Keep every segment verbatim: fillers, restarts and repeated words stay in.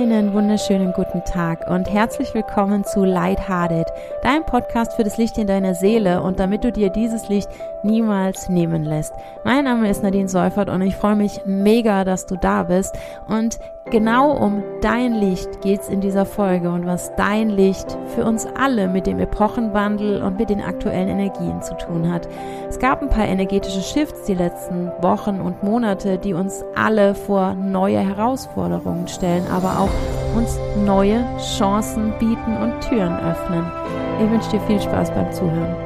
Einen wunderschönen guten Tag und herzlich willkommen zu Lighthearted, dein Podcast für das Licht in deiner Seele und damit du dir dieses Licht niemals nehmen lässt. Mein Name ist Nadine Seufert und ich freue mich mega, dass du da bist und genau um dein Licht geht's in dieser Folge und was dein Licht für uns alle mit dem Epochenwandel und mit den aktuellen Energien zu tun hat. Es gab ein paar energetische Shifts die letzten Wochen und Monate, die uns alle vor neue Herausforderungen stellen, aber auch uns neue Chancen bieten und Türen öffnen. Ich wünsche dir viel Spaß beim Zuhören.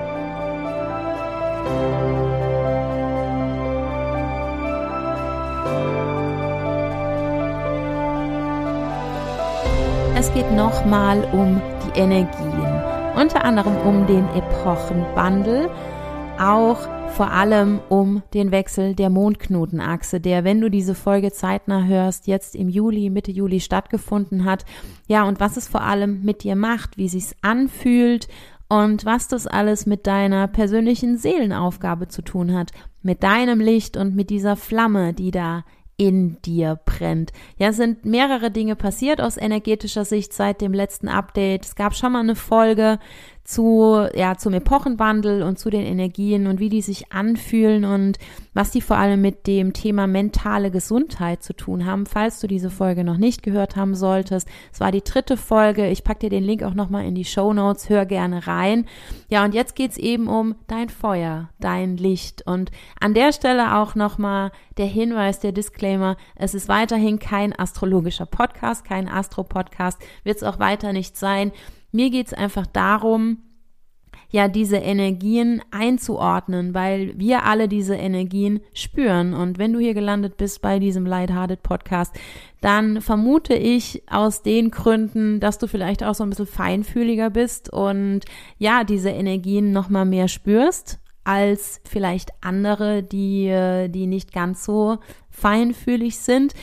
Es geht nochmal um die Energien, unter anderem um den Epochenwandel, auch vor allem um den Wechsel der Mondknotenachse, der, wenn du diese Folge zeitnah hörst, jetzt im Juli, Mitte Juli stattgefunden hat. Ja, und was es vor allem mit dir macht, wie sich's anfühlt und was das alles mit deiner persönlichen Seelenaufgabe zu tun hat, mit deinem Licht und mit dieser Flamme, die da in dir brennt. Ja, es sind mehrere Dinge passiert aus energetischer Sicht seit dem letzten Update. Es gab schon mal eine Folge zu, ja, zum Epochenwandel und zu den Energien und wie die sich anfühlen und was die vor allem mit dem Thema mentale Gesundheit zu tun haben, falls du diese Folge noch nicht gehört haben solltest. Es war die dritte Folge. Ich packe dir den Link auch nochmal in die Shownotes. Hör gerne rein. Ja, und jetzt geht's eben um dein Feuer, dein Licht. Und an der Stelle auch nochmal der Hinweis, der Disclaimer. Es ist weiterhin kein astrologischer Podcast, kein Astro-Podcast. Wird es auch weiter nicht sein. Mir geht's einfach darum, ja, diese Energien einzuordnen, weil wir alle diese Energien spüren. Und wenn du hier gelandet bist bei diesem Lighthearted Podcast, dann vermute ich aus den Gründen, dass du vielleicht auch so ein bisschen feinfühliger bist und ja, diese Energien nochmal mehr spürst als vielleicht andere, die, die nicht ganz so feinfühlig sind.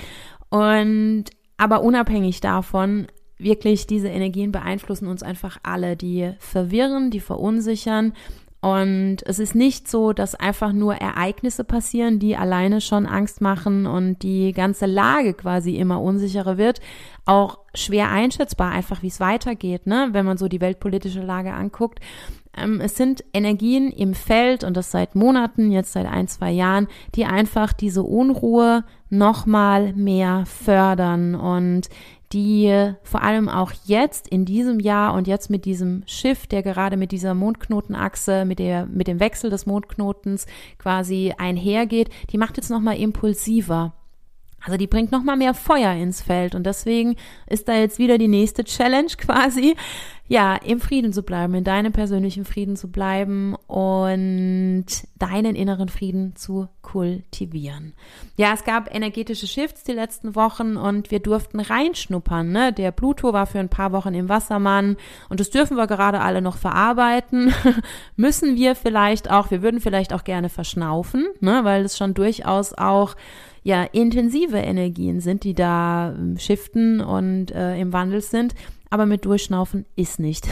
Und aber unabhängig davon, wirklich, diese Energien beeinflussen uns einfach alle, die verwirren, die verunsichern und es ist nicht so, dass einfach nur Ereignisse passieren, die alleine schon Angst machen und die ganze Lage quasi immer unsicherer wird, auch schwer einschätzbar, einfach wie es weitergeht, ne? Wenn man so die weltpolitische Lage anguckt. Ähm, es sind Energien im Feld und das seit Monaten, jetzt seit ein, zwei Jahren, die einfach diese Unruhe nochmal mehr fördern und die vor allem auch jetzt in diesem Jahr und jetzt mit diesem Shift, der gerade mit dieser Mondknotenachse, mit der, mit dem Wechsel des Mondknotens quasi einhergeht, die macht jetzt nochmal impulsiver. Also die bringt nochmal mehr Feuer ins Feld und deswegen ist da jetzt wieder die nächste Challenge quasi, ja, im Frieden zu bleiben, in deinem persönlichen Frieden zu bleiben und deinen inneren Frieden zu kultivieren. Ja, es gab energetische Shifts die letzten Wochen und wir durften reinschnuppern, ne? Der Pluto war für ein paar Wochen im Wassermann und das dürfen wir gerade alle noch verarbeiten. Müssen wir vielleicht auch, wir würden vielleicht auch gerne verschnaufen, ne? Weil es schon durchaus auch ja intensive Energien sind, die da ähm, shiften und äh, im Wandel sind. Aber mit Durchschnaufen ist nicht.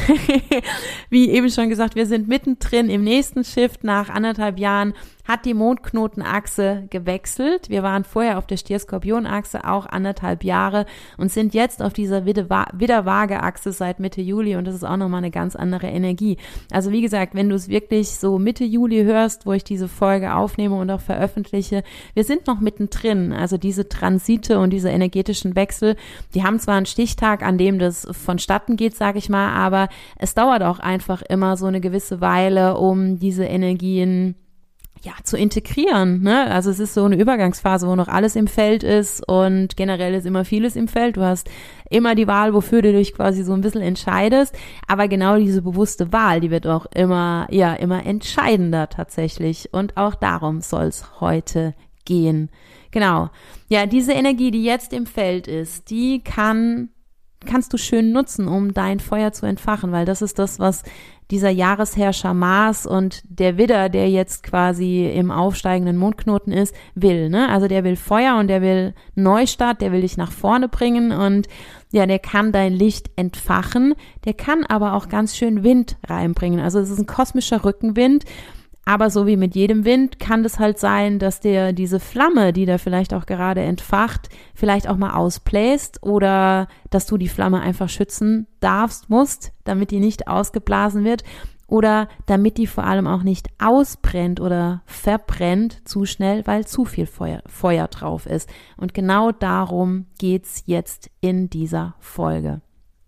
Wie eben schon gesagt, wir sind mittendrin im nächsten Shift. Nach anderthalb Jahren hat die Mondknotenachse gewechselt. Wir waren vorher auf der Stier-Skorpion-Achse auch anderthalb Jahre und sind jetzt auf dieser Widder-Waage-Achse seit Mitte Juli und das ist auch nochmal eine ganz andere Energie. Also wie gesagt, wenn du es wirklich so Mitte Juli hörst, wo ich diese Folge aufnehme und auch veröffentliche, wir sind noch mittendrin. Also diese Transite und diese energetischen Wechsel, die haben zwar einen Stichtag, an dem das vonstatten geht, sage ich mal, aber es dauert auch einfach immer so eine gewisse Weile, um diese Energien ja zu integrieren, ne? Also es ist so eine Übergangsphase, wo noch alles im Feld ist und generell ist immer vieles im Feld. Du hast immer die Wahl, wofür du dich quasi so ein bisschen entscheidest, aber genau diese bewusste Wahl, die wird auch immer, ja, immer entscheidender tatsächlich und auch darum soll es heute gehen. Genau. Ja, diese Energie, die jetzt im Feld ist, die kann kannst du schön nutzen, um dein Feuer zu entfachen, weil das ist das, was dieser Jahresherrscher Mars und der Widder, der jetzt quasi im aufsteigenden Mondknoten ist, will, ne? Also der will Feuer und der will Neustart, der will dich nach vorne bringen und ja, der kann dein Licht entfachen, der kann aber auch ganz schön Wind reinbringen. Also es ist ein kosmischer Rückenwind, Aber so wie mit jedem Wind kann es halt sein, dass dir diese Flamme, die da vielleicht auch gerade entfacht, vielleicht auch mal ausbläst oder dass du die Flamme einfach schützen darfst, musst, damit die nicht ausgeblasen wird oder damit die vor allem auch nicht ausbrennt oder verbrennt zu schnell, weil zu viel Feuer, Feuer drauf ist. Und genau darum geht's jetzt in dieser Folge.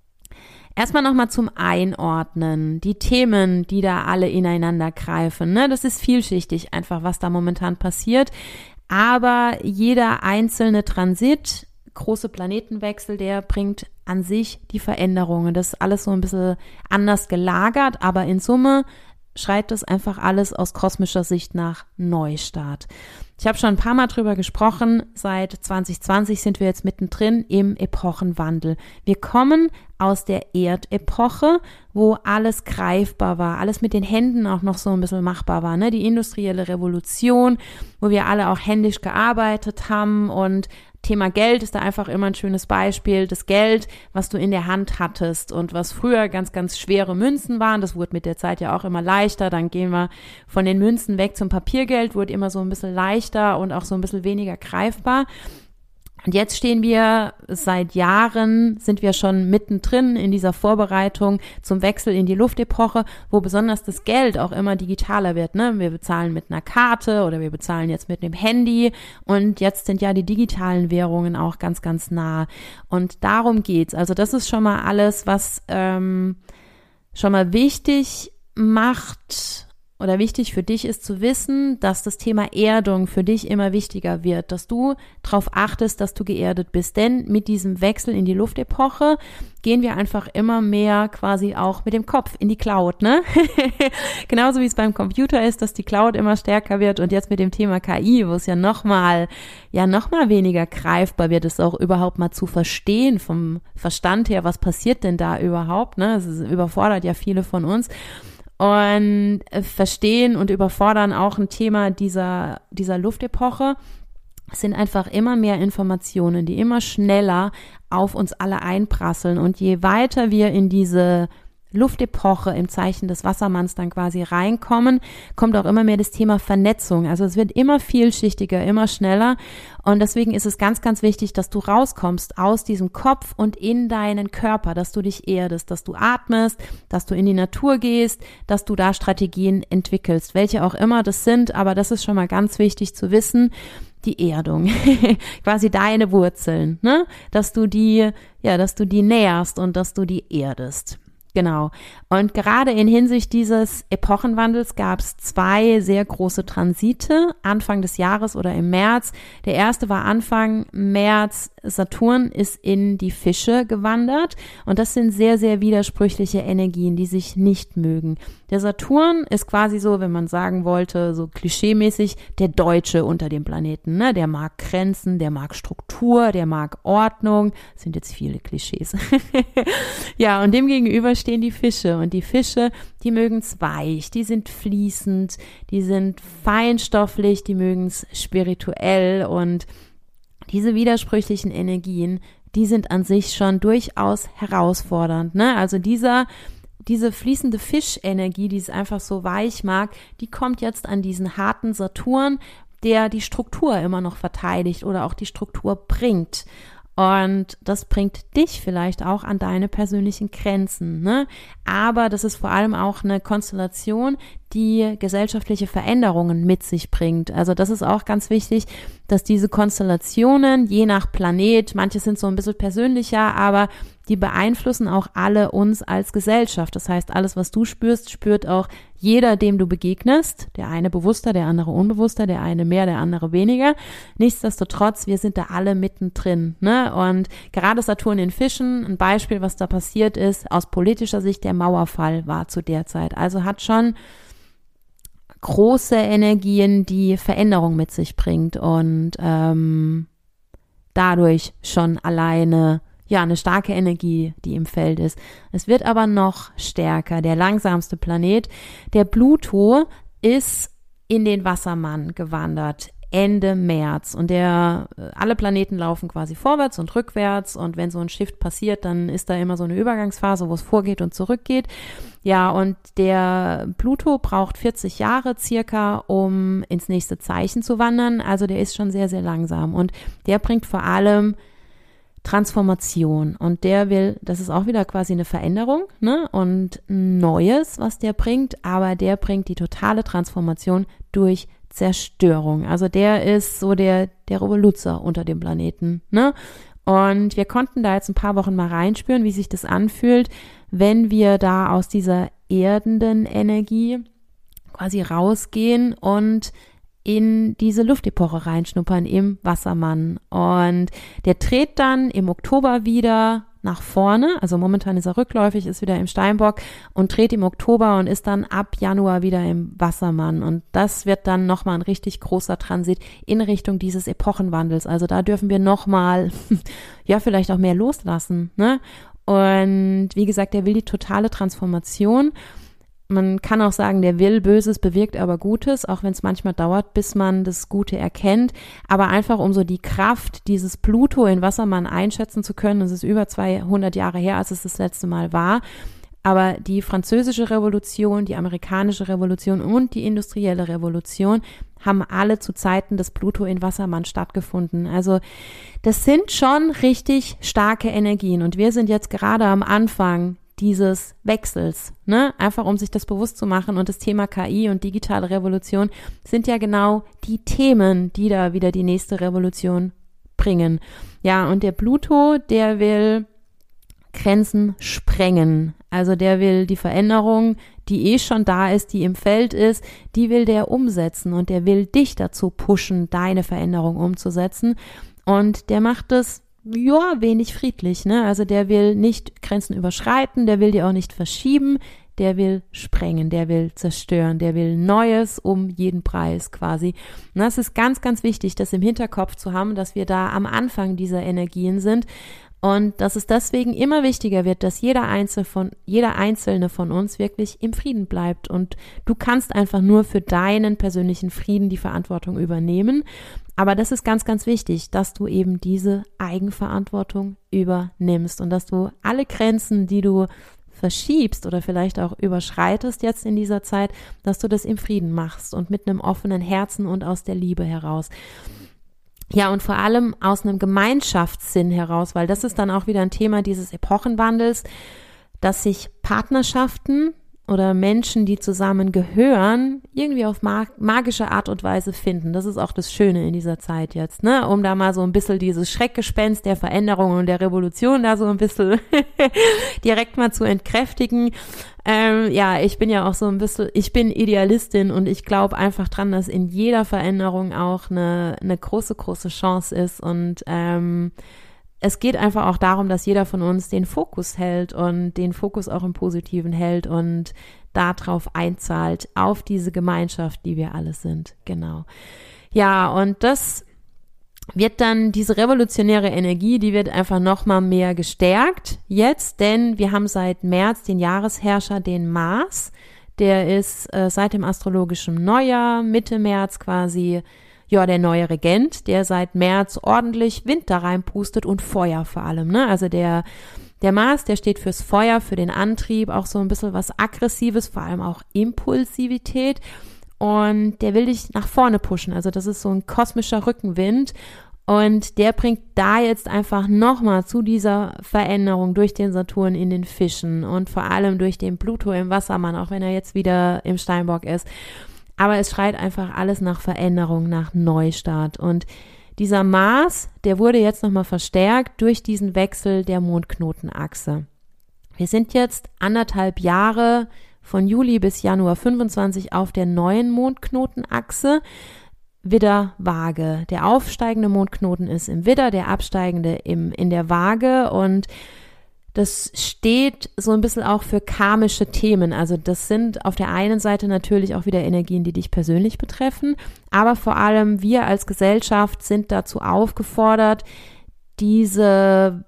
Erstmal nochmal zum Einordnen, die Themen, die da alle ineinander greifen, ne? Das ist vielschichtig einfach, was da momentan passiert, aber jeder einzelne Transit, große Planetenwechsel, der bringt an sich die Veränderungen. Das ist alles so ein bisschen anders gelagert, aber in Summe schreit das einfach alles aus kosmischer Sicht nach Neustart. Ich habe schon ein paar Mal drüber gesprochen, seit zwanzig zwanzig sind wir jetzt mittendrin im Epochenwandel. Wir kommen aus der Erdepoche, wo alles greifbar war, alles mit den Händen auch noch so ein bisschen machbar war, ne? Die industrielle Revolution, wo wir alle auch händisch gearbeitet haben und Thema Geld ist da einfach immer ein schönes Beispiel. Das Geld, was du in der Hand hattest und was früher ganz, ganz schwere Münzen waren, das wurde mit der Zeit ja auch immer leichter. Dann gehen wir von den Münzen weg zum Papiergeld, wurde immer so ein bisschen leichter und auch so ein bisschen weniger greifbar. Und jetzt stehen wir seit Jahren, sind wir schon mittendrin in dieser Vorbereitung zum Wechsel in die Luftepoche, wo besonders das Geld auch immer digitaler wird, ne? Wir bezahlen mit einer Karte oder wir bezahlen jetzt mit einem Handy und jetzt sind ja die digitalen Währungen auch ganz, ganz nah. Und darum geht's. Also das ist schon mal alles, was ähm, schon mal wichtig macht oder wichtig für dich ist zu wissen, dass das Thema Erdung für dich immer wichtiger wird, dass du darauf achtest, dass du geerdet bist. Denn mit diesem Wechsel in die Luftepoche gehen wir einfach immer mehr quasi auch mit dem Kopf in die Cloud, ne? Genauso wie es beim Computer ist, dass die Cloud immer stärker wird und jetzt mit dem Thema K I, wo es ja nochmal, ja nochmal weniger greifbar wird, es auch überhaupt mal zu verstehen vom Verstand her, was passiert denn da überhaupt, ne? Es überfordert ja viele von uns. Und verstehen und überfordern auch ein Thema dieser, dieser Luftepoche. Es sind einfach immer mehr Informationen, die immer schneller auf uns alle einprasseln. Und je weiter wir in diese Luftepoche im Zeichen des Wassermanns dann quasi reinkommen, kommt auch immer mehr das Thema Vernetzung. Also es wird immer vielschichtiger, immer schneller und deswegen ist es ganz, ganz wichtig, dass du rauskommst aus diesem Kopf und in deinen Körper, dass du dich erdest, dass du atmest, dass du in die Natur gehst, dass du da Strategien entwickelst, welche auch immer das sind, aber das ist schon mal ganz wichtig zu wissen. Die Erdung, quasi deine Wurzeln, ne? Dass du die, ja, dass du die nährst und dass du die erdest. Genau. Und gerade in Hinsicht dieses Epochenwandels gab es zwei sehr große Transite Anfang des Jahres oder im März. Der erste war Anfang März. Saturn ist in die Fische gewandert und das sind sehr, sehr widersprüchliche Energien, die sich nicht mögen. Der Saturn ist quasi so, wenn man sagen wollte, so klischeemäßig, der Deutsche unter dem Planeten, ne? Der mag Grenzen, der mag Struktur, der mag Ordnung. Das sind jetzt viele Klischees. Ja, und dem gegenüber stehen die Fische und die Fische, die mögen es weich, die sind fließend, die sind feinstofflich, die mögen es spirituell und diese widersprüchlichen Energien, die sind an sich schon durchaus herausfordernd, ne? Also dieser, diese fließende Fischenergie, die es einfach so weich mag, die kommt jetzt an diesen harten Saturn, der die Struktur immer noch verteidigt oder auch die Struktur bringt. Und das bringt dich vielleicht auch an deine persönlichen Grenzen, ne? Aber das ist vor allem auch eine Konstellation, die gesellschaftliche Veränderungen mit sich bringt. Also das ist auch ganz wichtig, dass diese Konstellationen, je nach Planet, manche sind so ein bisschen persönlicher, aber die beeinflussen auch alle uns als Gesellschaft. Das heißt, alles, was du spürst, spürt auch jeder, dem du begegnest. Der eine bewusster, der andere unbewusster, der eine mehr, der andere weniger. Nichtsdestotrotz, wir sind da alle mittendrin, ne? Und gerade Saturn in Fischen, ein Beispiel, was da passiert ist, aus politischer Sicht der Mauerfall war zu der Zeit. Also hat schon große Energien, die Veränderung mit sich bringt und ähm, dadurch schon alleine ja eine starke Energie, die im Feld ist. Es wird aber noch stärker. Der langsamste Planet, der Pluto, ist in den Wassermann gewandert. Ende März und der, alle Planeten laufen quasi vorwärts und rückwärts und wenn so ein Shift passiert, dann ist da immer so eine Übergangsphase, wo es vorgeht und zurückgeht. Ja, und der Pluto braucht vierzig Jahre circa, um ins nächste Zeichen zu wandern, also der ist schon sehr, sehr langsam und der bringt vor allem Transformation und der will, das ist auch wieder quasi eine Veränderung, ne, und Neues, was der bringt, aber der bringt die totale Transformation durch Zerstörung. Also der ist so der, der Revoluzer unter dem Planeten, ne? Und wir konnten da jetzt ein paar Wochen mal reinspüren, wie sich das anfühlt, wenn wir da aus dieser erdenden Energie quasi rausgehen und in diese Luftepoche reinschnuppern im Wassermann. Und der dreht dann im Oktober wieder nach vorne, also momentan ist er rückläufig, ist wieder im Steinbock und dreht im Oktober und ist dann ab Januar wieder im Wassermann. Und das wird dann nochmal ein richtig großer Transit in Richtung dieses Epochenwandels. Also da dürfen wir nochmal, ja, vielleicht auch mehr loslassen, ne? Und wie gesagt, der will die totale Transformation. Man kann auch sagen, der will Böses, bewirkt aber Gutes, auch wenn es manchmal dauert, bis man das Gute erkennt. Aber einfach, um so die Kraft dieses Pluto in Wassermann einschätzen zu können, das ist über zweihundert Jahre her, als es das letzte Mal war. Aber die französische Revolution, die amerikanische Revolution und die industrielle Revolution haben alle zu Zeiten des Pluto in Wassermann stattgefunden. Also das sind schon richtig starke Energien und wir sind jetzt gerade am Anfang dieses Wechsels, ne? Einfach um sich das bewusst zu machen und das Thema K I und digitale Revolution sind ja genau die Themen, die da wieder die nächste Revolution bringen. Ja, und der Pluto, der will Grenzen sprengen. Also der will die Veränderung, die eh schon da ist, die im Feld ist, die will der umsetzen und der will dich dazu pushen, deine Veränderung umzusetzen. Und der macht es ja, wenig friedlich, ne? Also der will nicht Grenzen überschreiten, der will die auch nicht verschieben, der will sprengen, der will zerstören, der will Neues um jeden Preis quasi. Und das ist ganz, ganz wichtig, das im Hinterkopf zu haben, dass wir da am Anfang dieser Energien sind und dass es deswegen immer wichtiger wird, dass jeder Einzelne von, jeder Einzelne von uns wirklich im Frieden bleibt und du kannst einfach nur für deinen persönlichen Frieden die Verantwortung übernehmen. Aber das ist ganz, ganz wichtig, dass du eben diese Eigenverantwortung übernimmst und dass du alle Grenzen, die du verschiebst oder vielleicht auch überschreitest jetzt in dieser Zeit, dass du das im Frieden machst und mit einem offenen Herzen und aus der Liebe heraus. Ja, und vor allem aus einem Gemeinschaftssinn heraus, weil das ist dann auch wieder ein Thema dieses Epochenwandels, dass sich Partnerschaften oder Menschen, die zusammen gehören, irgendwie auf mag- magische Art und Weise finden. Das ist auch das Schöne in dieser Zeit jetzt, ne? Um da mal so ein bisschen dieses Schreckgespenst der Veränderung und der Revolution da so ein bisschen direkt mal zu entkräftigen. Ähm, ja, ich bin ja auch so ein bisschen, ich bin Idealistin und ich glaube einfach dran, dass in jeder Veränderung auch eine, eine große, große Chance ist und ähm, es geht einfach auch darum, dass jeder von uns den Fokus hält und den Fokus auch im Positiven hält und darauf einzahlt, auf diese Gemeinschaft, die wir alle sind. Genau. Ja, und das wird dann, diese revolutionäre Energie, die wird einfach nochmal mehr gestärkt jetzt, denn wir haben seit März den Jahresherrscher, den Mars. Der ist äh, seit dem astrologischen Neujahr, Mitte März quasi, ja, der neue Regent, der seit März ordentlich Wind da reinpustet und Feuer vor allem, ne? Also der, der Mars, der steht fürs Feuer, für den Antrieb, auch so ein bisschen was Aggressives, vor allem auch Impulsivität und der will dich nach vorne pushen. Also das ist so ein kosmischer Rückenwind und der bringt da jetzt einfach nochmal zu dieser Veränderung durch den Saturn in den Fischen und vor allem durch den Pluto im Wassermann, auch wenn er jetzt wieder im Steinbock ist. Aber es schreit einfach alles nach Veränderung, nach Neustart. Und dieser Mars, der wurde jetzt nochmal verstärkt durch diesen Wechsel der Mondknotenachse. Wir sind jetzt anderthalb Jahre von Juli bis Januar fünfundzwanzig auf der neuen Mondknotenachse. Widder, Waage. Der aufsteigende Mondknoten ist im Widder, der absteigende im, in der Waage und das steht so ein bisschen auch für karmische Themen. Also das sind auf der einen Seite natürlich auch wieder Energien, die dich persönlich betreffen, aber vor allem wir als Gesellschaft sind dazu aufgefordert, diese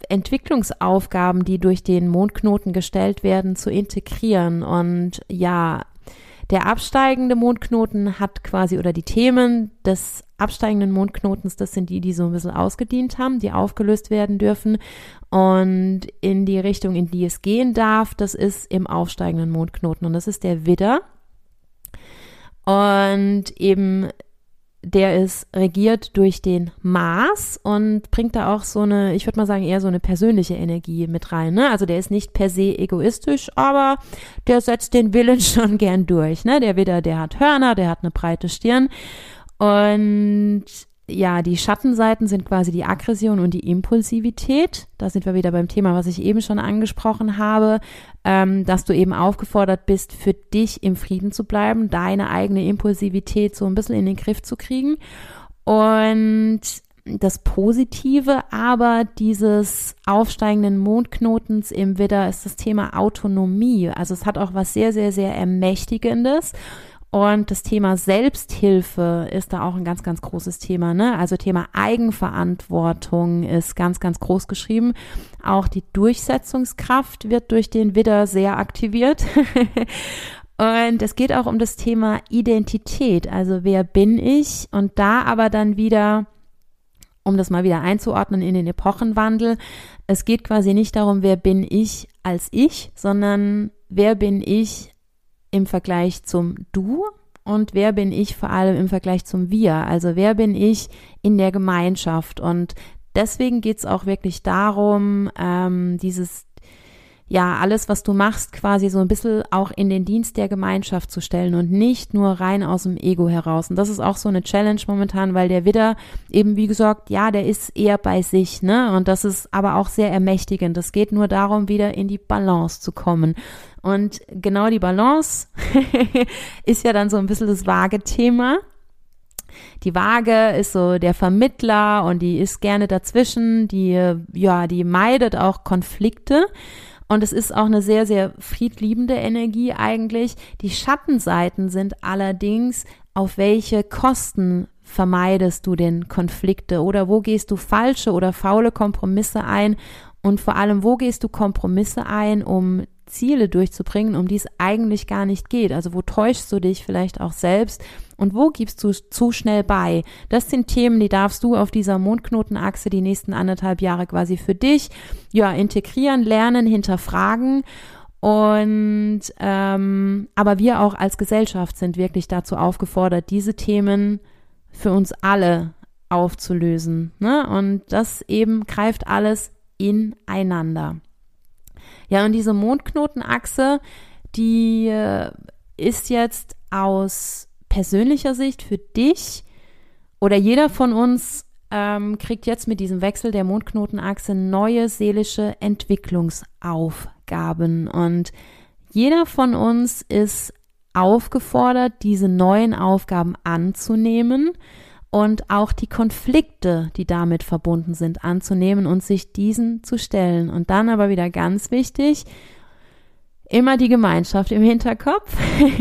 Entwicklungsaufgaben, die durch den Mondknoten gestellt werden, zu integrieren. Und ja, Der absteigende Mondknoten hat quasi, oder die Themen des absteigenden Mondknotens, das sind die, die so ein bisschen ausgedient haben, die aufgelöst werden dürfen. Und in die Richtung, in die es gehen darf, das ist im aufsteigenden Mondknoten. Und das ist der Widder. Und eben der ist regiert durch den Mars und bringt da auch so eine, ich würde mal sagen, eher so eine persönliche Energie mit rein, ne? Also der ist nicht per se egoistisch, aber der setzt den Willen schon gern durch, ne? Der Widder, der hat Hörner, der hat eine breite Stirn und ja, die Schattenseiten sind quasi die Aggression und die Impulsivität. Da sind wir wieder beim Thema, was ich eben schon angesprochen habe, ähm, dass du eben aufgefordert bist, für dich im Frieden zu bleiben, deine eigene Impulsivität so ein bisschen in den Griff zu kriegen. Und das Positive aber dieses aufsteigenden Mondknotens im Widder ist das Thema Autonomie. Also es hat auch was sehr, sehr, sehr Ermächtigendes. Und das Thema Selbsthilfe ist da auch ein ganz, ganz großes Thema, ne? Also Thema Eigenverantwortung ist ganz, ganz groß geschrieben. Auch die Durchsetzungskraft wird durch den Widder sehr aktiviert. Und es geht auch um das Thema Identität. Also wer bin ich? Und da aber dann wieder, um das mal wieder einzuordnen in den Epochenwandel, es geht quasi nicht darum, wer bin ich als ich, sondern wer bin ich im Vergleich zum Du und wer bin ich vor allem im Vergleich zum Wir, also wer bin ich in der Gemeinschaft und deswegen geht's auch wirklich darum, ähm, dieses, ja, alles, was du machst, quasi so ein bisschen auch in den Dienst der Gemeinschaft zu stellen und nicht nur rein aus dem Ego heraus. Und das ist auch so eine Challenge momentan, weil der Widder eben, wie gesagt, ja, der ist eher bei sich, ne? Und das ist aber auch sehr ermächtigend. Es geht nur darum, wieder in die Balance zu kommen. Und genau die Balance ist ja dann so ein bisschen das Waage-Thema. Die Waage ist so der Vermittler und die ist gerne dazwischen, die, ja, die meidet auch Konflikte. Und es ist auch eine sehr, sehr friedliebende Energie eigentlich. Die Schattenseiten sind allerdings, auf welche Kosten vermeidest du denn Konflikte oder wo gehst du falsche oder faule Kompromisse ein und vor allem, wo gehst du Kompromisse ein, um Ziele durchzubringen, um die es eigentlich gar nicht geht. Also wo täuschst du dich vielleicht auch selbst und wo gibst du zu schnell bei? Das sind Themen, die darfst du auf dieser Mondknotenachse die nächsten anderthalb Jahre quasi für dich ja integrieren, lernen, hinterfragen. Und ähm, aber wir auch als Gesellschaft sind wirklich dazu aufgefordert, diese Themen für uns alle aufzulösen, ne? Und das eben greift alles ineinander. Ja, und diese Mondknotenachse, die äh, ist jetzt aus persönlicher Sicht für dich oder jeder von uns ähm, kriegt jetzt mit diesem Wechsel der Mondknotenachse neue seelische Entwicklungsaufgaben. Und jeder von uns ist aufgefordert, diese neuen Aufgaben anzunehmen und auch die Konflikte, die damit verbunden sind, anzunehmen und sich diesen zu stellen. Und dann aber wieder ganz wichtig, immer die Gemeinschaft im Hinterkopf.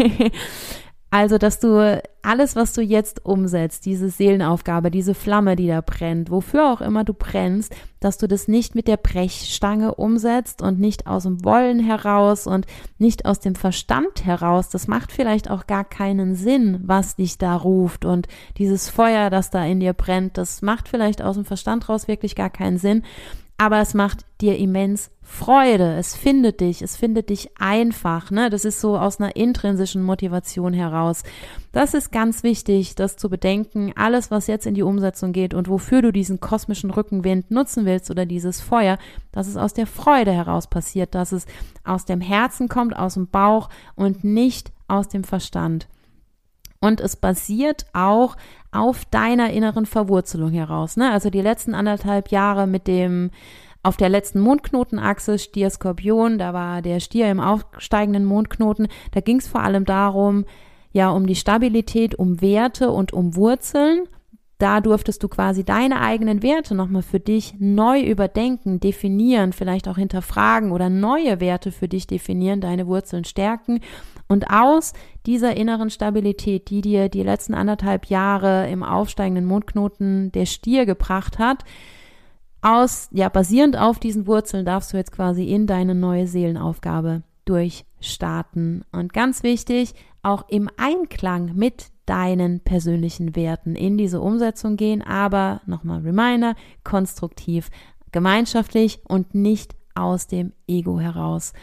Also, dass du alles, was du jetzt umsetzt, diese Seelenaufgabe, diese Flamme, die da brennt, wofür auch immer du brennst, dass du das nicht mit der Brechstange umsetzt und nicht aus dem Wollen heraus und nicht aus dem Verstand heraus. Das macht vielleicht auch gar keinen Sinn, was dich da ruft. Und dieses Feuer, das da in dir brennt, das macht vielleicht aus dem Verstand raus wirklich gar keinen Sinn. Aber es macht dir immens Freude, es findet dich, es findet dich einfach, ne? Das ist so aus einer intrinsischen Motivation heraus. Das ist ganz wichtig, das zu bedenken, alles, was jetzt in die Umsetzung geht und wofür du diesen kosmischen Rückenwind nutzen willst oder dieses Feuer, dass es aus der Freude heraus passiert, dass es aus dem Herzen kommt, aus dem Bauch und nicht aus dem Verstand. Und es basiert auch auf deiner inneren Verwurzelung heraus, ne? Also die letzten anderthalb Jahre mit dem, auf der letzten Mondknotenachse Stier-Skorpion, da war der Stier im aufsteigenden Mondknoten, da ging es vor allem darum, ja, um die Stabilität, um Werte und um Wurzeln. Da durftest du quasi deine eigenen Werte nochmal für dich neu überdenken, definieren, vielleicht auch hinterfragen oder neue Werte für dich definieren, deine Wurzeln stärken. Und aus dieser inneren Stabilität, die dir die letzten anderthalb Jahre im aufsteigenden Mondknoten der Stier gebracht hat, aus, ja, basierend auf diesen Wurzeln darfst du jetzt quasi in deine neue Seelenaufgabe durchstarten. Und ganz wichtig, auch im Einklang mit deinen persönlichen Werten in diese Umsetzung gehen, aber nochmal Reminder, konstruktiv, gemeinschaftlich und nicht aus dem Ego heraus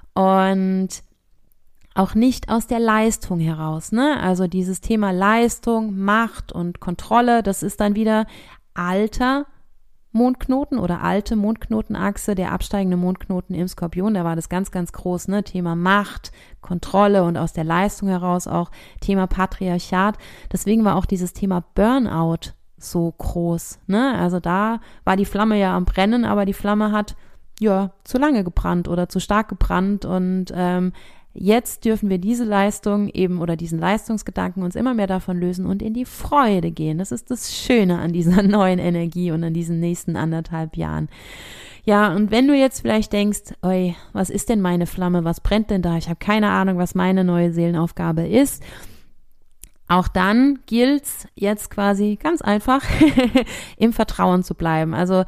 und auch nicht aus der Leistung heraus, ne? Also dieses Thema Leistung, Macht und Kontrolle, das ist dann wieder alter Mondknoten oder alte Mondknotenachse, der absteigende Mondknoten im Skorpion, da war das ganz, ganz groß, ne? Thema Macht, Kontrolle und aus der Leistung heraus auch Thema Patriarchat. Deswegen war auch dieses Thema Burnout so groß, ne? Also da war die Flamme ja am Brennen, aber die Flamme hat ja zu lange gebrannt oder zu stark gebrannt und ähm, jetzt dürfen wir diese Leistung eben oder diesen Leistungsgedanken uns immer mehr davon lösen und in die Freude gehen. Das ist das Schöne an dieser neuen Energie und an diesen nächsten anderthalb Jahren. Ja, und wenn du jetzt vielleicht denkst, oi, was ist denn meine Flamme, was brennt denn da? Ich habe keine Ahnung, was meine neue Seelenaufgabe ist. Auch dann gilt's jetzt quasi ganz einfach, im Vertrauen zu bleiben. Also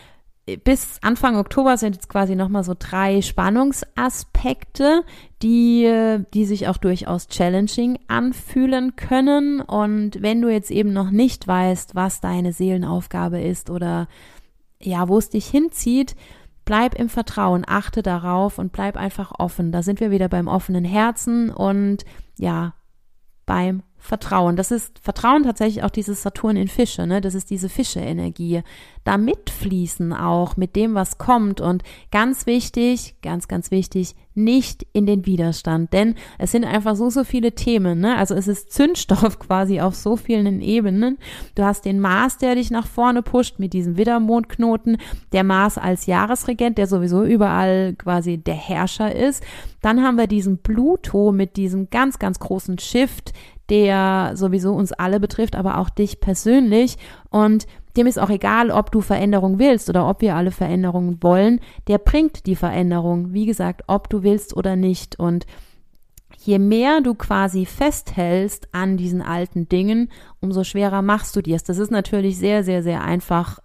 bis Anfang Oktober sind jetzt quasi nochmal so drei Spannungsaspekte, die, die sich auch durchaus challenging anfühlen können. Und wenn du jetzt eben noch nicht weißt, was deine Seelenaufgabe ist oder ja, wo es dich hinzieht, bleib im Vertrauen, achte darauf und bleib einfach offen. Da sind wir wieder beim offenen Herzen und ja, beim Vertrauen. Das ist Vertrauen tatsächlich auch dieses Saturn in Fische, ne? Das ist diese Fische-Energie. Da mitfließen auch mit dem, was kommt und ganz wichtig, ganz, ganz wichtig, nicht in den Widerstand, denn es sind einfach so, so viele Themen, ne? Also es ist Zündstoff quasi auf so vielen Ebenen. Du hast den Mars, der dich nach vorne pusht mit diesem Widdermondknoten, der Mars als Jahresregent, der sowieso überall quasi der Herrscher ist. Dann haben wir diesen Pluto mit diesem ganz, ganz großen Shift, der sowieso uns alle betrifft, aber auch dich persönlich und dem ist auch egal, ob du Veränderung willst oder ob wir alle Veränderungen wollen, der bringt die Veränderung, wie gesagt, ob du willst oder nicht und je mehr du quasi festhältst an diesen alten Dingen, umso schwerer machst du dir es. Das ist natürlich sehr, sehr, sehr einfach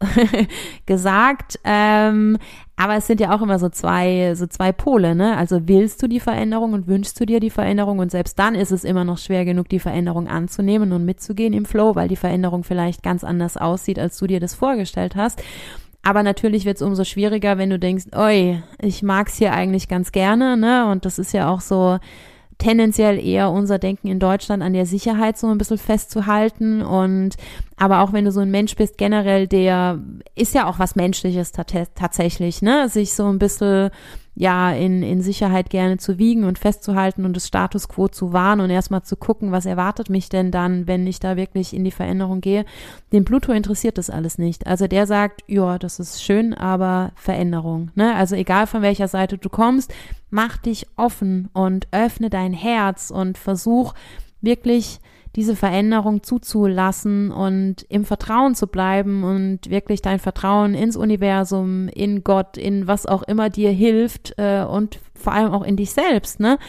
gesagt, ähm, aber es sind ja auch immer so zwei, so zwei Pole, ne? Also willst du die Veränderung und wünschst du dir die Veränderung und selbst dann ist es immer noch schwer genug, die Veränderung anzunehmen und mitzugehen im Flow, weil die Veränderung vielleicht ganz anders aussieht, als du dir das vorgestellt hast. Aber natürlich wird es umso schwieriger, wenn du denkst, oi, ich mag's hier eigentlich ganz gerne, ne? Und das ist ja auch so tendenziell eher unser Denken in Deutschland an der Sicherheit so ein bisschen festzuhalten und aber auch wenn du so ein Mensch bist generell, der ist ja auch was Menschliches tat- tatsächlich, ne, sich so ein bisschen ja in in Sicherheit gerne zu wiegen und festzuhalten und das Status Quo zu wahren und erstmal zu gucken, was erwartet mich denn dann, wenn ich da wirklich in die Veränderung gehe. Den Pluto interessiert das alles nicht. Also der sagt, ja, das ist schön, aber Veränderung, ne? Also egal von welcher Seite du kommst, mach dich offen und öffne dein Herz und versuch wirklich diese Veränderung zuzulassen und im Vertrauen zu bleiben und wirklich dein Vertrauen ins Universum, in Gott, in was auch immer dir hilft äh, und vor allem auch in dich selbst, ne,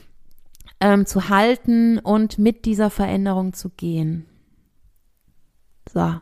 ähm, zu halten und mit dieser Veränderung zu gehen. So.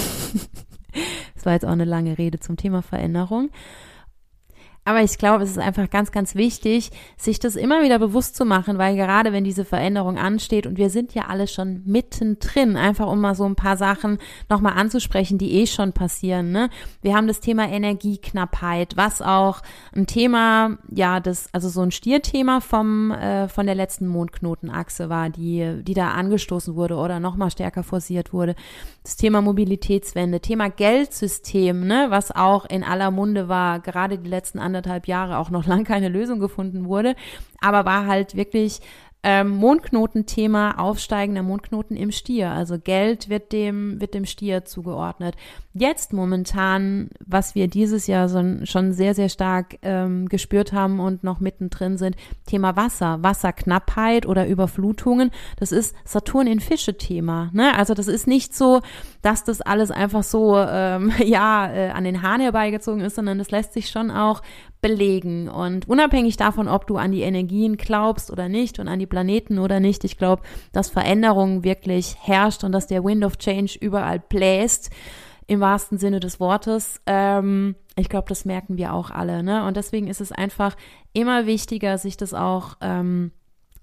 Das war jetzt auch eine lange Rede zum Thema Veränderung. Aber ich glaube, es ist einfach ganz, ganz wichtig, sich das immer wieder bewusst zu machen, weil gerade wenn diese Veränderung ansteht und wir sind ja alle schon mittendrin, einfach um mal so ein paar Sachen nochmal anzusprechen, die eh schon passieren, ne? Wir haben das Thema Energieknappheit, was auch ein Thema, ja, das, also so ein Stierthema vom, äh, von der letzten Mondknotenachse war, die, die da angestoßen wurde oder nochmal stärker forciert wurde. Das Thema Mobilitätswende, Thema Geldsystem, ne, was auch in aller Munde war, gerade die letzten anderthalb Jahre auch noch lang keine Lösung gefunden wurde, aber war halt wirklich ähm, Mondknotenthema, aufsteigender Mondknoten im Stier. Also Geld wird dem, wird dem Stier zugeordnet. Jetzt momentan, was wir dieses Jahr so, schon sehr, sehr stark ähm, gespürt haben und noch mittendrin sind, Thema Wasser, Wasserknappheit oder Überflutungen, das ist Saturn in Fische-Thema, ne? Also das ist nicht so, dass das alles einfach so ähm, ja äh, an den Haaren herbeigezogen ist, sondern das lässt sich schon auch belegen und unabhängig davon, ob du an die Energien glaubst oder nicht und an die Planeten oder nicht, ich glaube, dass Veränderung wirklich herrscht und dass der Wind of Change überall bläst, im wahrsten Sinne des Wortes. Ähm, ich glaube, das merken wir auch alle, ne? Und deswegen ist es einfach immer wichtiger, sich das auch ähm,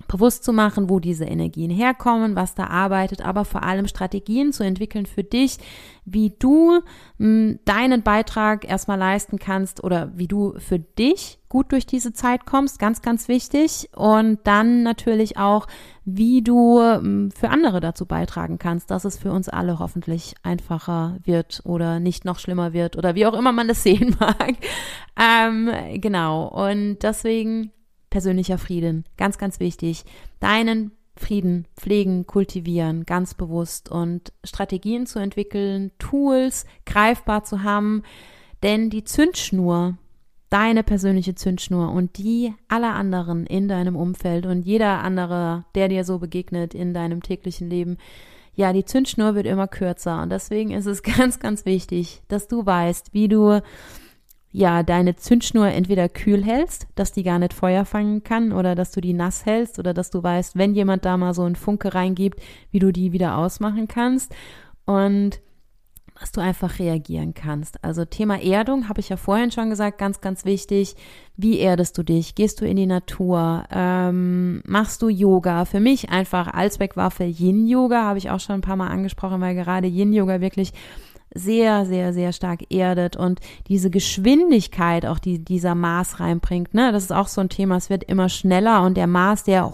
bewusst zu machen, wo diese Energien herkommen, was da arbeitet, aber vor allem Strategien zu entwickeln für dich, wie du mh, deinen Beitrag erstmal leisten kannst oder wie du für dich gut durch diese Zeit kommst, ganz, ganz wichtig. Und dann natürlich auch, wie du mh, für andere dazu beitragen kannst, dass es für uns alle hoffentlich einfacher wird oder nicht noch schlimmer wird oder wie auch immer man das sehen mag. Ähm, genau, und deswegen persönlicher Frieden, ganz, ganz wichtig. Deinen Frieden pflegen, kultivieren, ganz bewusst und Strategien zu entwickeln, Tools greifbar zu haben, denn die Zündschnur, deine persönliche Zündschnur und die aller anderen in deinem Umfeld und jeder andere, der dir so begegnet in deinem täglichen Leben, ja, die Zündschnur wird immer kürzer und deswegen ist es ganz, ganz wichtig, dass du weißt, wie du ja, deine Zündschnur entweder kühl hältst, dass die gar nicht Feuer fangen kann oder dass du die nass hältst oder dass du weißt, wenn jemand da mal so einen Funke reingibt, wie du die wieder ausmachen kannst und dass du einfach reagieren kannst. Also Thema Erdung, habe ich ja vorhin schon gesagt, ganz, ganz wichtig. Wie erdest du dich? Gehst du in die Natur? Ähm, machst du Yoga? Für mich einfach Allzweckwaffe Yin-Yoga, habe ich auch schon ein paar Mal angesprochen, weil gerade Yin-Yoga wirklich sehr, sehr, sehr stark erdet und diese Geschwindigkeit auch die dieser Mars reinbringt, ne, das ist auch so ein Thema, es wird immer schneller und der Mars, der,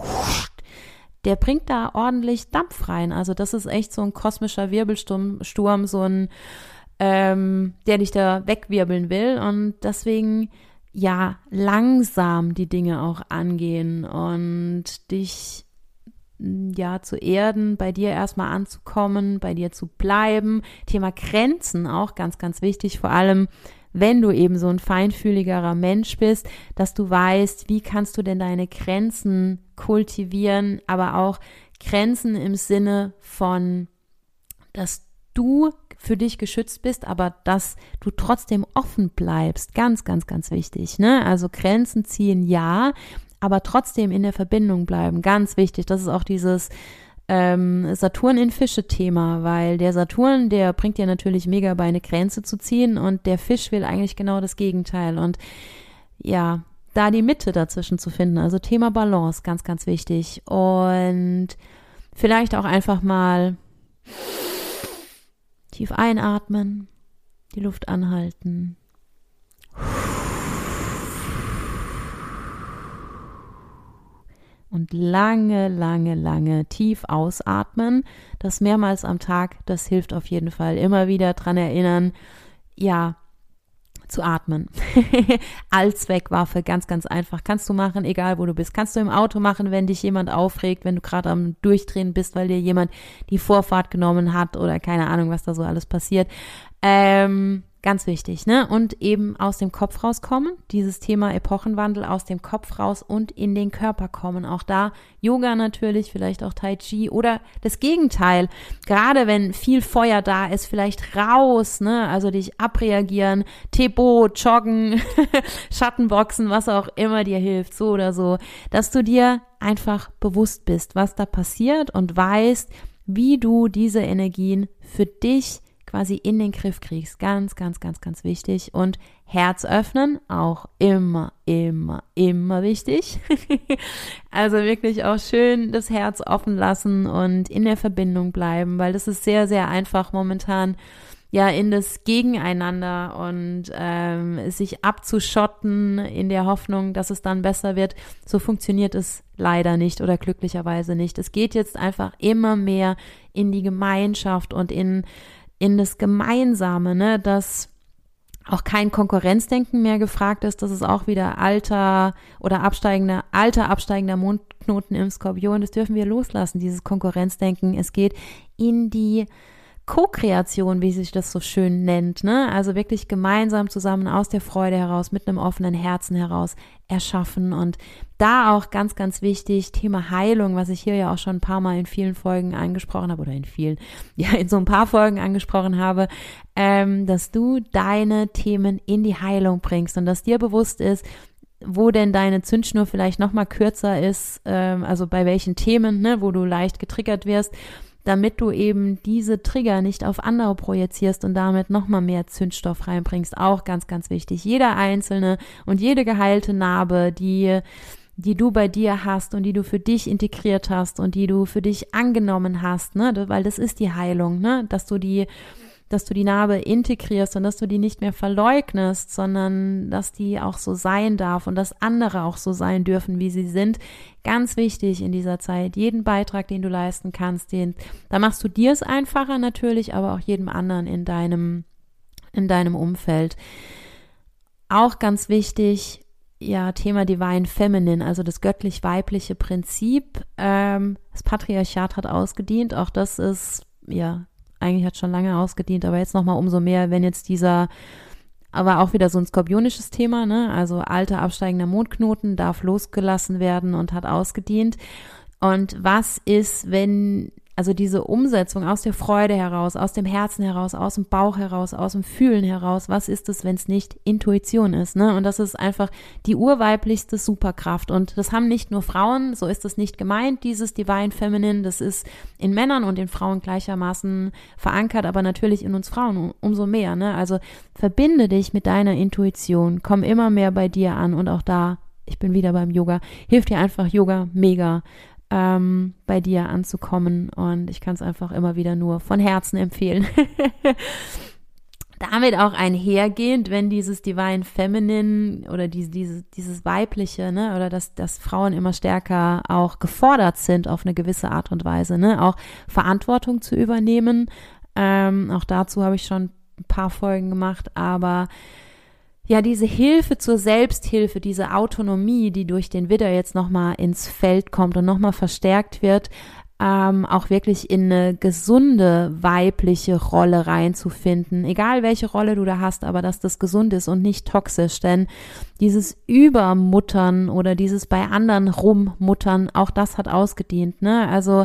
der bringt da ordentlich Dampf rein, also das ist echt so ein kosmischer Wirbelsturm, Sturm, so ein, ähm, der dich da wegwirbeln will und deswegen, ja, langsam die Dinge auch angehen und dich ja, zu erden, bei dir erstmal anzukommen, bei dir zu bleiben. Thema Grenzen auch ganz, ganz wichtig, vor allem, wenn du eben so ein feinfühligerer Mensch bist, dass du weißt, wie kannst du denn deine Grenzen kultivieren, aber auch Grenzen im Sinne von, dass du für dich geschützt bist, aber dass du trotzdem offen bleibst. Ganz, ganz, ganz wichtig, ne? Also Grenzen ziehen, ja, aber trotzdem in der Verbindung bleiben, ganz wichtig. Das ist auch dieses ähm, Saturn in Fische-Thema, weil der Saturn, der bringt dir natürlich mega bei, eine Grenze zu ziehen und der Fisch will eigentlich genau das Gegenteil und ja, da die Mitte dazwischen zu finden, also Thema Balance, ganz, ganz wichtig und vielleicht auch einfach mal tief einatmen, die Luft anhalten. Und lange, lange, lange tief ausatmen. Das mehrmals am Tag, das hilft auf jeden Fall. Immer wieder dran erinnern, ja, zu atmen. Allzweckwaffe, ganz, ganz einfach. Kannst du machen, egal wo du bist. Kannst du im Auto machen, wenn dich jemand aufregt, wenn du gerade am Durchdrehen bist, weil dir jemand die Vorfahrt genommen hat oder keine Ahnung, was da so alles passiert. Ähm, Ganz wichtig, ne? Und eben aus dem Kopf rauskommen, dieses Thema Epochenwandel, aus dem Kopf raus und in den Körper kommen. Auch da Yoga natürlich, vielleicht auch Tai Chi oder das Gegenteil. Gerade wenn viel Feuer da ist, vielleicht raus, ne? Also dich abreagieren, Tebo, Joggen, Schattenboxen, was auch immer dir hilft, so oder so. Dass du dir einfach bewusst bist, was da passiert und weißt, wie du diese Energien für dich quasi in den Griff kriegst. Ganz, ganz, ganz, ganz wichtig. Und Herz öffnen, auch immer, immer, immer wichtig. Also wirklich auch schön das Herz offen lassen und in der Verbindung bleiben, weil das ist sehr, sehr einfach momentan, ja, in das Gegeneinander und ähm, sich abzuschotten in der Hoffnung, dass es dann besser wird. So funktioniert es leider nicht oder glücklicherweise nicht. Es geht jetzt einfach immer mehr in die Gemeinschaft und in in das Gemeinsame, ne, dass auch kein Konkurrenzdenken mehr gefragt ist, das ist auch wieder alter oder absteigender, alter absteigender Mondknoten im Skorpion, das dürfen wir loslassen, dieses Konkurrenzdenken. Es geht in die Co-Kreation, wie sich das so schön nennt, ne? Also wirklich gemeinsam zusammen aus der Freude heraus, mit einem offenen Herzen heraus erschaffen und da auch ganz, ganz wichtig, Thema Heilung, was ich hier ja auch schon ein paar Mal in vielen Folgen angesprochen habe oder in vielen, ja in so ein paar Folgen angesprochen habe, ähm, dass du deine Themen in die Heilung bringst und dass dir bewusst ist, wo denn deine Zündschnur vielleicht noch mal kürzer ist, ähm, also bei welchen Themen, ne, wo du leicht getriggert wirst, damit du eben diese Trigger nicht auf andere projizierst und damit nochmal mehr Zündstoff reinbringst. Auch ganz, ganz wichtig. Jeder einzelne und jede geheilte Narbe, die die du bei dir hast und die du für dich integriert hast und die du für dich angenommen hast, ne, weil das ist die Heilung, ne, dass du die dass du die Narbe integrierst und dass du die nicht mehr verleugnest, sondern dass die auch so sein darf und dass andere auch so sein dürfen, wie sie sind. Ganz wichtig in dieser Zeit, jeden Beitrag, den du leisten kannst, den, da machst du dir es einfacher natürlich, aber auch jedem anderen in deinem, in deinem Umfeld. Auch ganz wichtig, ja, Thema Divine Feminine, also das göttlich-weibliche Prinzip. Ähm, das Patriarchat hat ausgedient, auch das ist, ja, eigentlich hat schon lange ausgedient, aber jetzt nochmal umso mehr, wenn jetzt dieser, aber auch wieder so ein skorpionisches Thema, ne, also alter absteigender Mondknoten darf losgelassen werden und hat ausgedient. Und was ist, wenn, also diese Umsetzung aus der Freude heraus, aus dem Herzen heraus, aus dem Bauch heraus, aus dem Fühlen heraus, was ist es, wenn es nicht Intuition ist, ne? Und das ist einfach die urweiblichste Superkraft. Und das haben nicht nur Frauen, so ist das nicht gemeint, dieses Divine Feminine, das ist in Männern und in Frauen gleichermaßen verankert, aber natürlich in uns Frauen umso mehr, ne? Also verbinde dich mit deiner Intuition, komm immer mehr bei dir an und auch da, ich bin wieder beim Yoga, hilft dir einfach Yoga mega, Ähm, bei dir anzukommen und ich kann es einfach immer wieder nur von Herzen empfehlen. Damit auch einhergehend, wenn dieses Divine Feminine oder diese, diese, dieses Weibliche, ne, oder dass, dass Frauen immer stärker auch gefordert sind auf eine gewisse Art und Weise, ne, auch Verantwortung zu übernehmen. Ähm, auch dazu habe ich schon ein paar Folgen gemacht, aber ja, diese Hilfe zur Selbsthilfe, diese Autonomie, die durch den Widder jetzt nochmal ins Feld kommt und nochmal verstärkt wird, ähm, auch wirklich in eine gesunde weibliche Rolle reinzufinden, egal welche Rolle du da hast, aber dass das gesund ist und nicht toxisch, denn dieses Übermuttern oder dieses bei anderen Rummuttern, auch das hat ausgedient, ne, also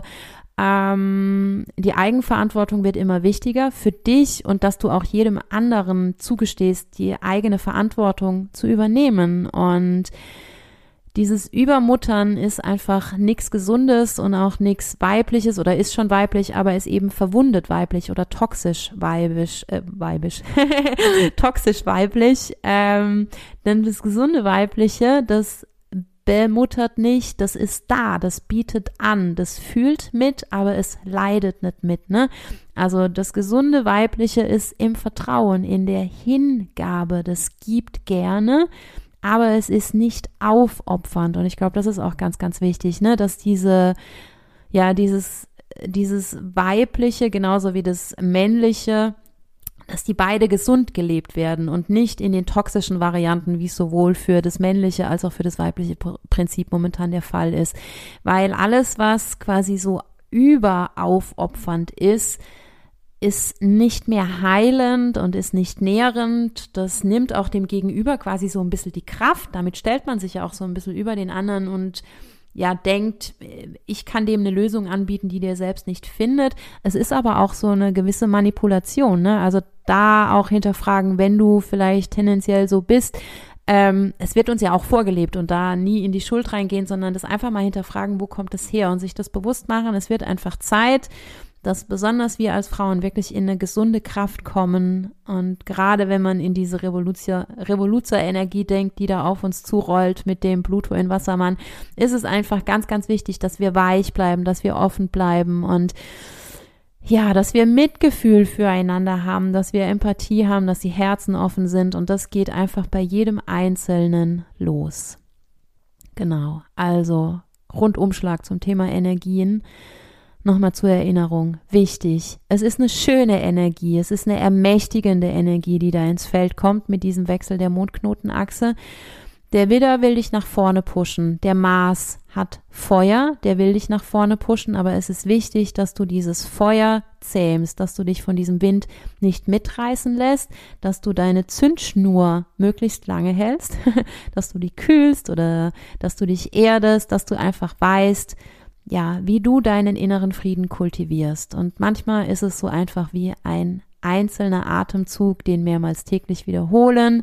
Ähm, die Eigenverantwortung wird immer wichtiger für dich und dass du auch jedem anderen zugestehst, die eigene Verantwortung zu übernehmen. Und dieses Übermuttern ist einfach nichts Gesundes und auch nichts Weibliches oder ist schon weiblich, aber ist eben verwundet weiblich oder toxisch weibisch, äh, weibisch, toxisch weiblich. Ähm, denn das gesunde Weibliche, das bemuttert nicht, das ist da, das bietet an, das fühlt mit, aber es leidet nicht mit, ne? Also das gesunde Weibliche ist im Vertrauen, in der Hingabe, das gibt gerne, aber es ist nicht aufopfernd und ich glaube, das ist auch ganz, ganz wichtig, ne? Dass diese, ja, dieses, dieses Weibliche genauso wie das Männliche, dass die beide gesund gelebt werden und nicht in den toxischen Varianten, wie es sowohl für das männliche als auch für das weibliche Prinzip momentan der Fall ist. Weil alles, was quasi so überaufopfernd ist, ist nicht mehr heilend und ist nicht nährend. Das nimmt auch dem Gegenüber quasi so ein bisschen die Kraft. Damit stellt man sich ja auch so ein bisschen über den anderen und ja, denkt, ich kann dem eine Lösung anbieten, die der selbst nicht findet. Es ist aber auch so eine gewisse Manipulation, ne? Also da auch hinterfragen, wenn du vielleicht tendenziell so bist. Ähm, es wird uns ja auch vorgelebt und da nie in die Schuld reingehen, sondern das einfach mal hinterfragen, wo kommt es her und sich das bewusst machen. Es wird einfach Zeit, dass besonders wir als Frauen wirklich in eine gesunde Kraft kommen und gerade wenn man in diese Revoluzer-Energie denkt, die da auf uns zurollt mit dem Pluto in Wassermann, ist es einfach ganz, ganz wichtig, dass wir weich bleiben, dass wir offen bleiben und ja, dass wir Mitgefühl füreinander haben, dass wir Empathie haben, dass die Herzen offen sind und das geht einfach bei jedem Einzelnen los. Genau, also Rundumschlag zum Thema Energien. Nochmal zur Erinnerung, wichtig, es ist eine schöne Energie, es ist eine ermächtigende Energie, die da ins Feld kommt mit diesem Wechsel der Mondknotenachse. Der Widder will dich nach vorne pushen, der Mars hat Feuer, der will dich nach vorne pushen, aber es ist wichtig, dass du dieses Feuer zähmst, dass du dich von diesem Wind nicht mitreißen lässt, dass du deine Zündschnur möglichst lange hältst, dass du die kühlst oder dass du dich erdest, dass du einfach weißt, ja, wie du deinen inneren Frieden kultivierst. Und manchmal ist es so einfach wie ein einzelner Atemzug, den mehrmals täglich wiederholen.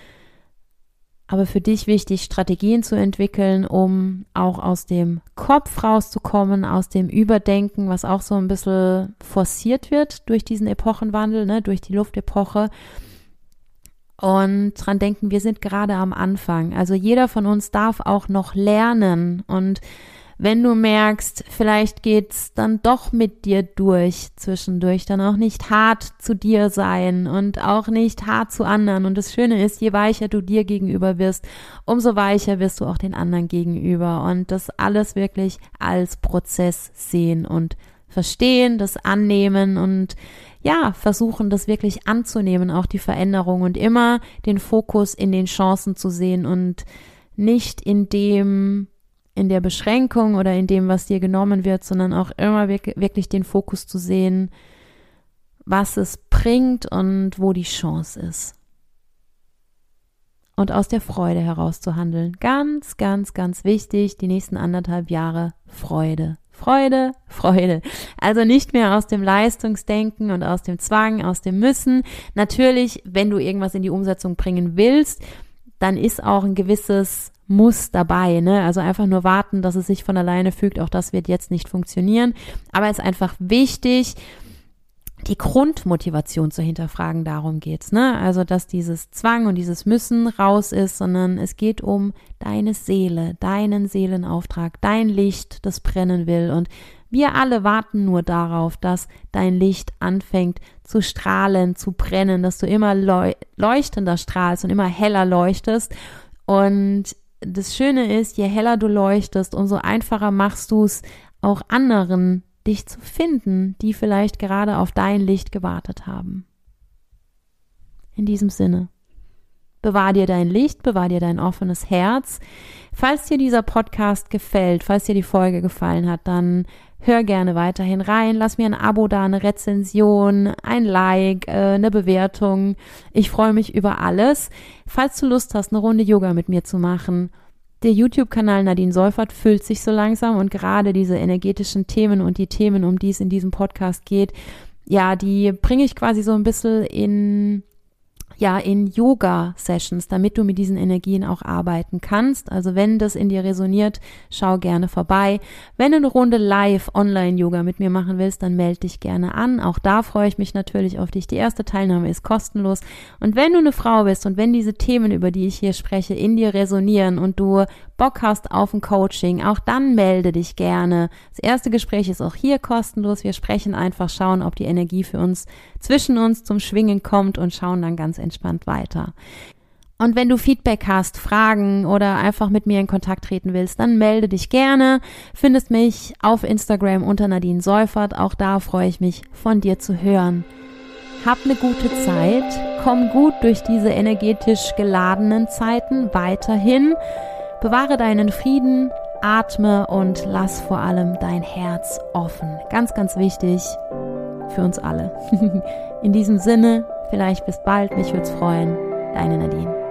Aber für dich wichtig, Strategien zu entwickeln, um auch aus dem Kopf rauszukommen, aus dem Überdenken, was auch so ein bisschen forciert wird durch diesen Epochenwandel, ne, durch die Luftepoche. Und dran denken, wir sind gerade am Anfang. Also jeder von uns darf auch noch lernen. Und wenn du merkst, vielleicht geht's dann doch mit dir durch zwischendurch, dann auch nicht hart zu dir sein und auch nicht hart zu anderen. Und das Schöne ist, je weicher du dir gegenüber wirst, umso weicher wirst du auch den anderen gegenüber. Und das alles wirklich als Prozess sehen und verstehen, das annehmen und ja, versuchen, das wirklich anzunehmen, auch die Veränderung und immer den Fokus in den Chancen zu sehen und nicht in dem, in der Beschränkung oder in dem, was dir genommen wird, sondern auch immer wirklich den Fokus zu sehen, was es bringt und wo die Chance ist. Und aus der Freude heraus zu handeln. Ganz, ganz, ganz wichtig, die nächsten anderthalb Jahre Freude. Freude, Freude. Also nicht mehr aus dem Leistungsdenken und aus dem Zwang, aus dem Müssen. Natürlich, wenn du irgendwas in die Umsetzung bringen willst, dann ist auch ein gewisses Muss dabei, ne? Also einfach nur warten, dass es sich von alleine fügt. Auch das wird jetzt nicht funktionieren. Aber es ist einfach wichtig, die Grundmotivation zu hinterfragen, darum geht's, ne? Also, dass dieses Zwang und dieses Müssen raus ist, sondern es geht um deine Seele, deinen Seelenauftrag, dein Licht, das brennen will. Und wir alle warten nur darauf, dass dein Licht anfängt zu strahlen, zu brennen, dass du immer leu- leuchtender strahlst und immer heller leuchtest. Und das Schöne ist, je heller du leuchtest, umso einfacher machst du es auch anderen, dich zu finden, die vielleicht gerade auf dein Licht gewartet haben. In diesem Sinne, bewahr dir dein Licht, bewahr dir dein offenes Herz. Falls dir dieser Podcast gefällt, falls dir die Folge gefallen hat, dann hör gerne weiterhin rein, lass mir ein Abo da, eine Rezension, ein Like, eine Bewertung. Ich freue mich über alles. Falls du Lust hast, eine Runde Yoga mit mir zu machen, der YouTube-Kanal Nadine Seufert füllt sich so langsam und gerade diese energetischen Themen und die Themen, um die es in diesem Podcast geht, ja, die bringe ich quasi so ein bisschen in, ja, in Yoga-Sessions, damit du mit diesen Energien auch arbeiten kannst. Also wenn das in dir resoniert, schau gerne vorbei. Wenn du eine Runde live Online-Yoga mit mir machen willst, dann melde dich gerne an. Auch da freue ich mich natürlich auf dich. Die erste Teilnahme ist kostenlos. Und wenn du eine Frau bist und wenn diese Themen, über die ich hier spreche, in dir resonieren und du Bock hast auf ein Coaching, auch dann melde dich gerne. Das erste Gespräch ist auch hier kostenlos. Wir sprechen einfach, schauen, ob die Energie für uns, zwischen uns zum Schwingen kommt und schauen dann ganz entspannt weiter. Und wenn du Feedback hast, Fragen oder einfach mit mir in Kontakt treten willst, dann melde dich gerne. Findest mich auf Instagram unter Nadine Seufert. Auch da freue ich mich, von dir zu hören. Hab eine gute Zeit. Komm gut durch diese energetisch geladenen Zeiten weiterhin. Bewahre deinen Frieden, atme und lass vor allem dein Herz offen. Ganz, ganz wichtig für uns alle. In diesem Sinne, vielleicht bis bald, mich würde es freuen. Deine Nadine.